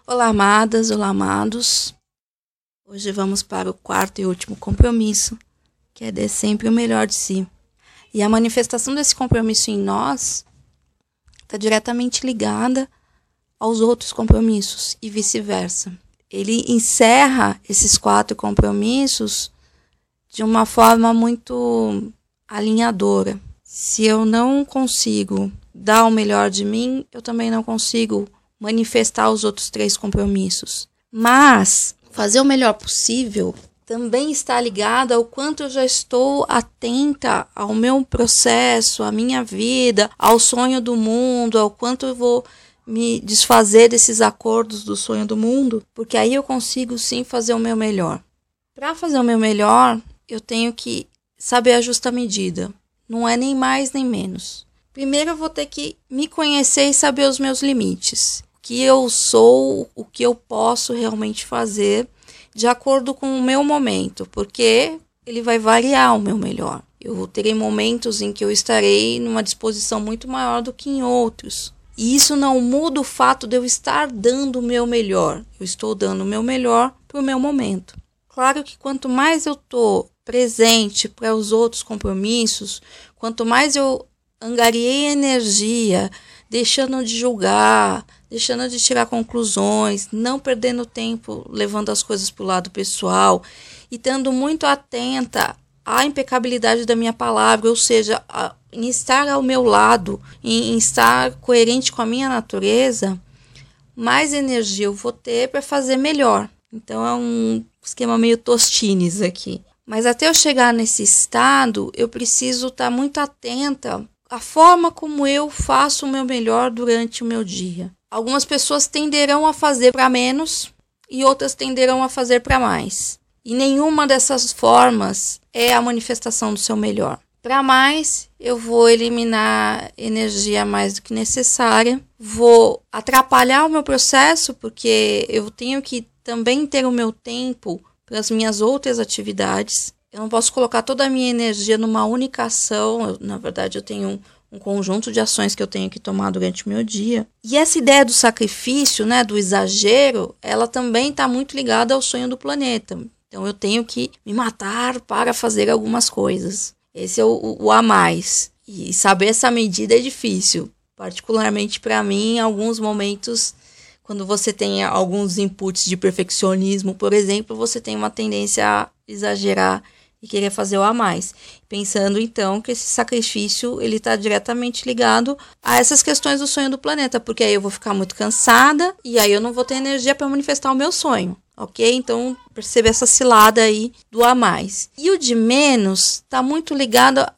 Olá, amadas, olá, amados. Hoje vamos para o quarto e último compromisso, que é dar sempre o melhor de si. E a manifestação desse compromisso em nós está diretamente ligada aos outros compromissos e vice-versa. Ele encerra esses 4 compromissos de uma forma muito alinhadora. Se eu não consigo dar o melhor de mim, eu também não consigo manifestar os outros 3 compromissos. Mas fazer o melhor possível também está ligado ao quanto eu já estou atenta ao meu processo, à minha vida, ao sonho do mundo, ao quanto eu vou me desfazer desses acordos do sonho do mundo, porque aí eu consigo sim fazer o meu melhor. Para fazer o meu melhor, eu tenho que saber a justa medida. Não é nem mais nem menos. Primeiro eu vou ter que me conhecer e saber os meus limites. O que eu sou, o que eu posso realmente fazer de acordo com o meu momento, porque ele vai variar o meu melhor. Eu terei momentos em que eu estarei numa disposição muito maior do que em outros. E isso não muda o fato de eu estar dando o meu melhor. Eu estou dando o meu melhor para o meu momento. Claro que quanto mais eu estou presente para os outros compromissos, quanto mais eu angariei energia, deixando de julgar, deixando de tirar conclusões, não perdendo tempo levando as coisas para o lado pessoal e estando muito atenta à impecabilidade da minha palavra, ou seja, em estar ao meu lado, em estar coerente com a minha natureza, mais energia eu vou ter para fazer melhor. Então é um esquema meio Tostines aqui. Mas até eu chegar nesse estado, eu preciso estar muito atenta à forma como eu faço o meu melhor durante o meu dia. Algumas pessoas tenderão a fazer para menos e outras tenderão a fazer para mais. E nenhuma dessas formas é a manifestação do seu melhor. Para mais, eu vou eliminar energia mais do que necessária, vou atrapalhar o meu processo, porque eu tenho que também ter o meu tempo para as minhas outras atividades. Eu não posso colocar toda a minha energia numa única ação. Na verdade, eu tenho um conjunto de ações que eu tenho que tomar durante o meu dia. E essa ideia do sacrifício, né, do exagero, ela também está muito ligada ao sonho do planeta. Então, eu tenho que me matar para fazer algumas coisas. Esse é o a mais. E saber essa medida é difícil. Particularmente para mim, em alguns momentos, quando você tem alguns inputs de perfeccionismo, por exemplo, você tem uma tendência a exagerar e querer fazer o a mais. Pensando, então, que esse sacrifício ele está diretamente ligado a essas questões do sonho do planeta, porque aí eu vou ficar muito cansada e aí eu não vou ter energia para manifestar o meu sonho, ok? Então, percebe essa cilada aí do a mais. E o de menos está muito ligado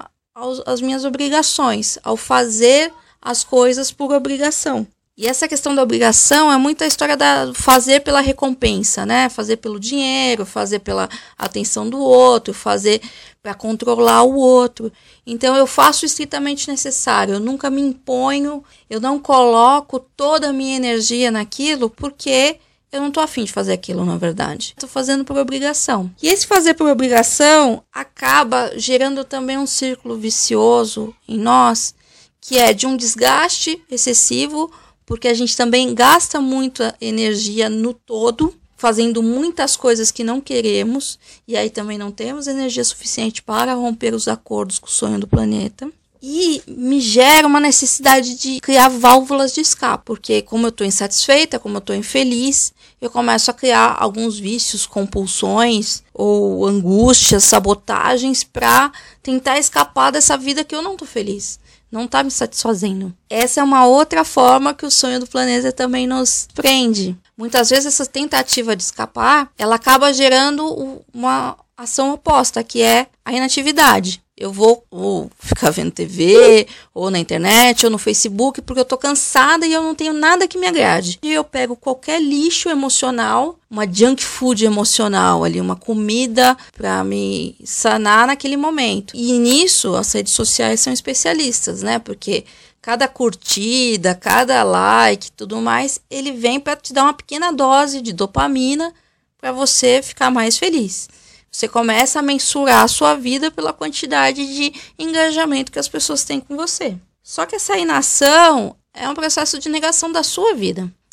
às minhas obrigações, ao fazer as coisas por obrigação. E essa questão da obrigação é muita história da fazer pela recompensa, né? Fazer pelo dinheiro, fazer pela atenção do outro, fazer para controlar o outro. Então eu faço o estritamente necessário, eu nunca me imponho, eu não coloco toda a minha energia naquilo porque eu não estou afim de fazer aquilo, na verdade. Estou fazendo por obrigação. E esse fazer por obrigação acaba gerando também um círculo vicioso em nós, que é de um desgaste excessivo, porque a gente também gasta muita energia no todo, fazendo muitas coisas que não queremos, e aí também não temos energia suficiente para romper os acordos com o sonho do planeta. E me gera uma necessidade de criar válvulas de escape, porque como eu estou insatisfeita, como eu estou infeliz, eu começo a criar alguns vícios, compulsões ou angústias, sabotagens para tentar escapar dessa vida que eu não estou feliz. Não está me satisfazendo. Essa é uma outra forma que o sonho do planeta também nos prende. Muitas vezes essa tentativa de escapar, ela acaba gerando uma ação oposta, que é a inatividade. Eu vou ficar vendo TV, ou na internet, ou no Facebook, porque eu tô cansada e eu não tenho nada que me agrade. E eu pego qualquer lixo emocional, uma junk food emocional ali, uma comida para me sanar naquele momento. E nisso, as redes sociais são especialistas, né? Porque cada curtida, cada like, tudo mais, ele vem para te dar uma pequena dose de dopamina para você ficar mais feliz. Você começa a mensurar a sua vida pela quantidade de engajamento que as pessoas têm com você. Só que essa inação é um processo de negação da sua vida.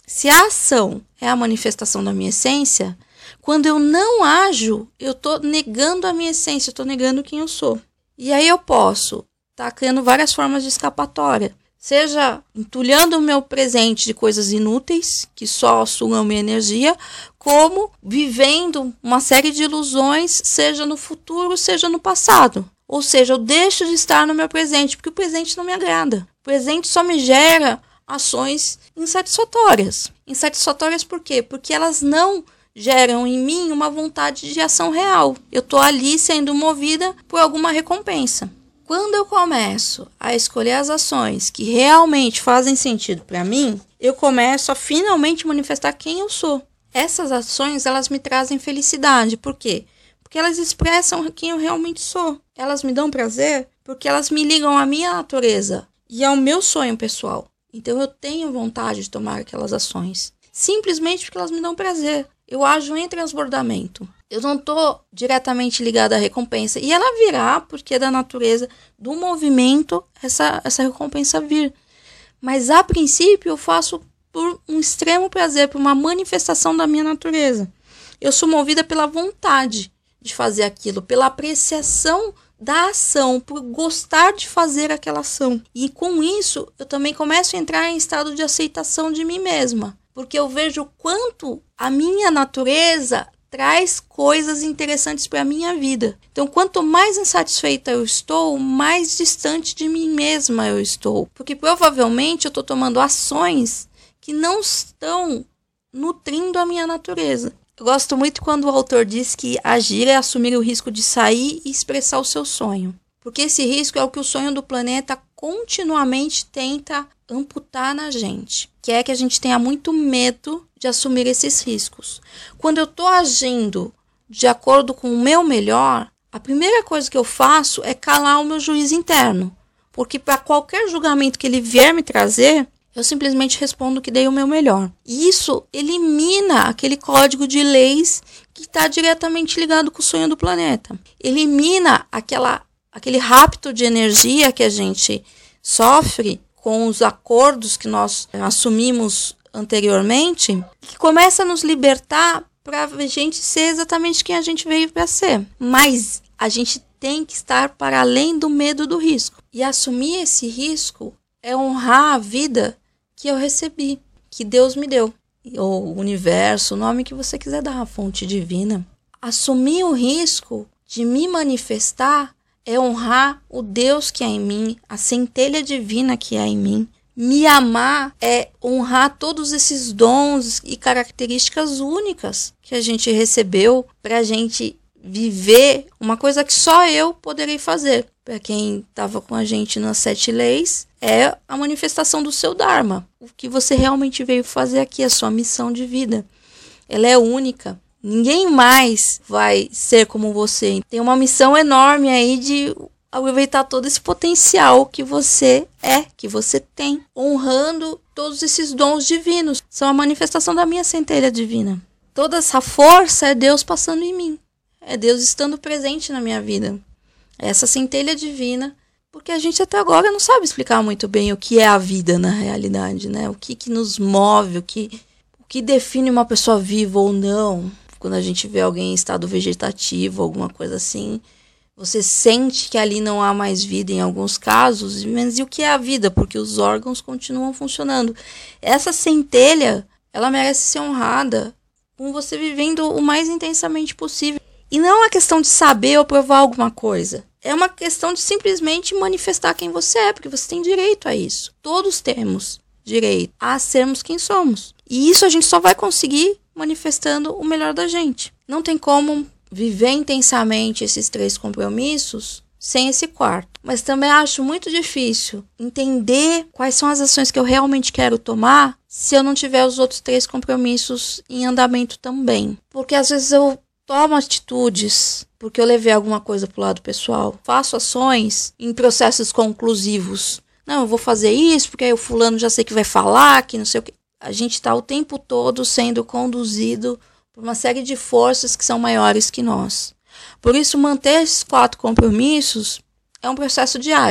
Se a ação é a manifestação da minha essência, quando eu não ajo, eu estou negando a minha essência, eu estou negando quem eu sou. E aí eu posso estar criando várias formas de escapatória. Seja entulhando o meu presente de coisas inúteis, que só sugam minha energia, como vivendo uma série de ilusões, seja no futuro, seja no passado. Ou seja, eu deixo de estar no meu presente, porque o presente não me agrada. O presente só me gera ações insatisfatórias. Insatisfatórias por quê? Porque elas não geram em mim uma vontade de ação real. Eu estou ali sendo movida por alguma recompensa. Quando eu começo a escolher as ações que realmente fazem sentido para mim, eu começo a finalmente manifestar quem eu sou. Essas ações, elas me trazem felicidade. Por quê? Porque elas expressam quem eu realmente sou. Elas me dão prazer porque elas me ligam à minha natureza e ao meu sonho pessoal. Então eu tenho vontade de tomar aquelas ações. Simplesmente porque elas me dão prazer. Eu ajo em transbordamento. Eu não estou diretamente ligada à recompensa. E ela virá, porque é da natureza do movimento, essa recompensa vir. Mas, a princípio, eu faço por um extremo prazer, por uma manifestação da minha natureza. Eu sou movida pela vontade de fazer aquilo, pela apreciação da ação, por gostar de fazer aquela ação. E, com isso, eu também começo a entrar em estado de aceitação de mim mesma. Porque eu vejo o quanto a minha natureza traz coisas interessantes para a minha vida. Então, quanto mais insatisfeita eu estou, mais distante de mim mesma eu estou. Porque provavelmente eu estou tomando ações que não estão nutrindo a minha natureza. Eu gosto muito quando o autor diz que agir é assumir o risco de sair e expressar o seu sonho. Porque esse risco é o que o sonho do planeta continuamente tenta amputar na gente. Que é que a gente tenha muito medo de assumir esses riscos. Quando eu estou agindo de acordo com o meu melhor, a primeira coisa que eu faço é calar o meu juiz interno. Porque para qualquer julgamento que ele vier me trazer, eu simplesmente respondo que dei o meu melhor. E isso elimina aquele código de leis que está diretamente ligado com o sonho do planeta. Elimina aquele rapto de energia que a gente sofre com os acordos que nós assumimos anteriormente, que começa a nos libertar para a gente ser exatamente quem a gente veio para ser. Mas a gente tem que estar para além do medo do risco. E assumir esse risco é honrar a vida que eu recebi, que Deus me deu. Ou o universo, o nome que você quiser dar, a fonte divina. Assumir o risco de me manifestar é honrar o Deus que é em mim, a centelha divina que é em mim. Me amar é honrar todos esses dons e características únicas que a gente recebeu para a gente viver uma coisa que só eu poderei fazer. Para quem estava com a gente nas 7 leis, é a manifestação do seu Dharma. O que você realmente veio fazer aqui, a sua missão de vida. Ela é única. Ninguém mais vai ser como você. Tem uma missão enorme aí de aproveitar todo esse potencial que você é, que você tem, honrando todos esses dons divinos. São a manifestação da minha centelha divina. Toda essa força é Deus passando em mim. É Deus estando presente na minha vida. É essa centelha divina, porque a gente até agora não sabe explicar muito bem o que é a vida na realidade, né? O que nos move, o que define uma pessoa viva ou não. Quando a gente vê alguém em estado vegetativo, alguma coisa assim, você sente que ali não há mais vida em alguns casos, mas e o que é a vida? Porque os órgãos continuam funcionando. Essa centelha, ela merece ser honrada com você vivendo o mais intensamente possível. E não é uma questão de saber ou provar alguma coisa. É uma questão de simplesmente manifestar quem você é, porque você tem direito a isso. Todos temos direito a sermos quem somos. E isso a gente só vai conseguir manifestando o melhor da gente. Não tem como viver intensamente esses 3 compromissos sem esse quarto. Mas também acho muito difícil entender quais são as ações que eu realmente quero tomar se eu não tiver os outros 3 compromissos em andamento também. Porque às vezes eu tomo atitudes porque eu levei alguma coisa pro lado pessoal. Faço ações em processos conclusivos. Não, eu vou fazer isso porque aí o fulano já sei que vai falar, que não sei o que. A gente está o tempo todo sendo conduzido por uma série de forças que são maiores que nós. Por isso, manter esses 4 compromissos é um processo diário.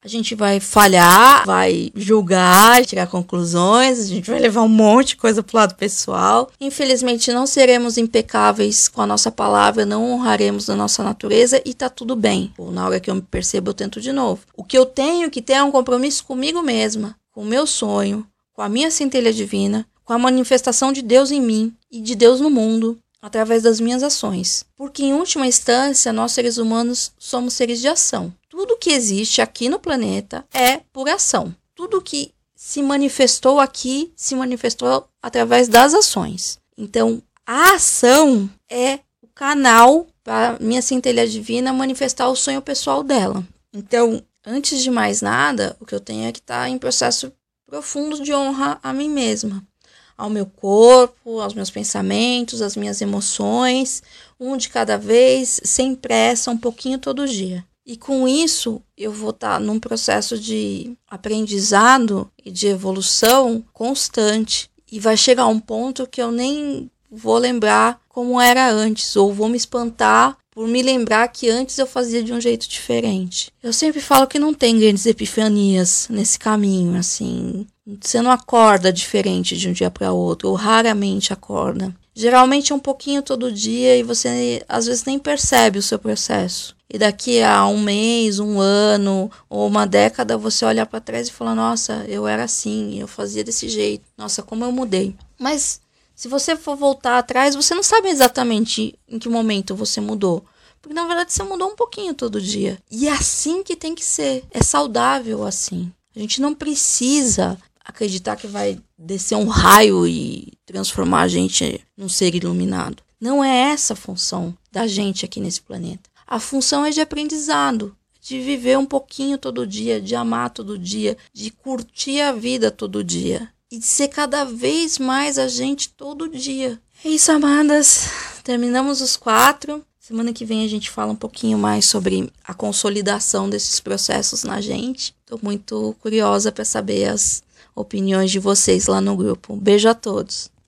A gente vai falhar, vai julgar, tirar conclusões, a gente vai levar um monte de coisa pro lado pessoal. Infelizmente, não seremos impecáveis com a nossa palavra, não honraremos a nossa natureza e tá tudo bem. Na hora que eu me percebo, eu tento de novo. O que eu tenho que ter é um compromisso comigo mesma, com o meu sonho, com a minha centelha divina, com a manifestação de Deus em mim e de Deus no mundo, através das minhas ações. Porque, em última instância, nós seres humanos somos seres de ação. Tudo que existe aqui no planeta é por ação. Tudo que se manifestou aqui se manifestou através das ações. Então, a ação é o canal para minha centelha divina manifestar o sonho pessoal dela. Então, antes de mais nada, o que eu tenho é que estar em processo profundo de honra a mim mesma, ao meu corpo, aos meus pensamentos, às minhas emoções, um de cada vez, sem pressa, um pouquinho todo dia. E com isso, eu vou estar num processo de aprendizado e de evolução constante. E vai chegar um ponto que eu nem vou lembrar como era antes, ou vou me espantar por me lembrar que antes eu fazia de um jeito diferente. Eu sempre falo que não tem grandes epifanias nesse caminho, assim. Você não acorda diferente de um dia para outro, ou raramente acorda. Geralmente é um pouquinho todo dia e você às vezes nem percebe o seu processo. E daqui a um mês, um ano ou uma década você olha para trás e fala: nossa, eu era assim, eu fazia desse jeito, nossa, como eu mudei. Mas se você for voltar atrás, você não sabe exatamente em que momento você mudou. Porque na verdade você mudou um pouquinho todo dia. E é assim que tem que ser. É saudável assim. A gente não precisa acreditar que vai descer um raio e transformar a gente num ser iluminado. Não é essa a função da gente aqui nesse planeta. A função é de aprendizado, de viver um pouquinho todo dia, de amar todo dia, de curtir a vida todo dia e de ser cada vez mais a gente todo dia. É isso, amadas. Terminamos os 4. Semana que vem a gente fala um pouquinho mais sobre a consolidação desses processos na gente. Estou muito curiosa para saber as opiniões de vocês lá no grupo. Um beijo a todos.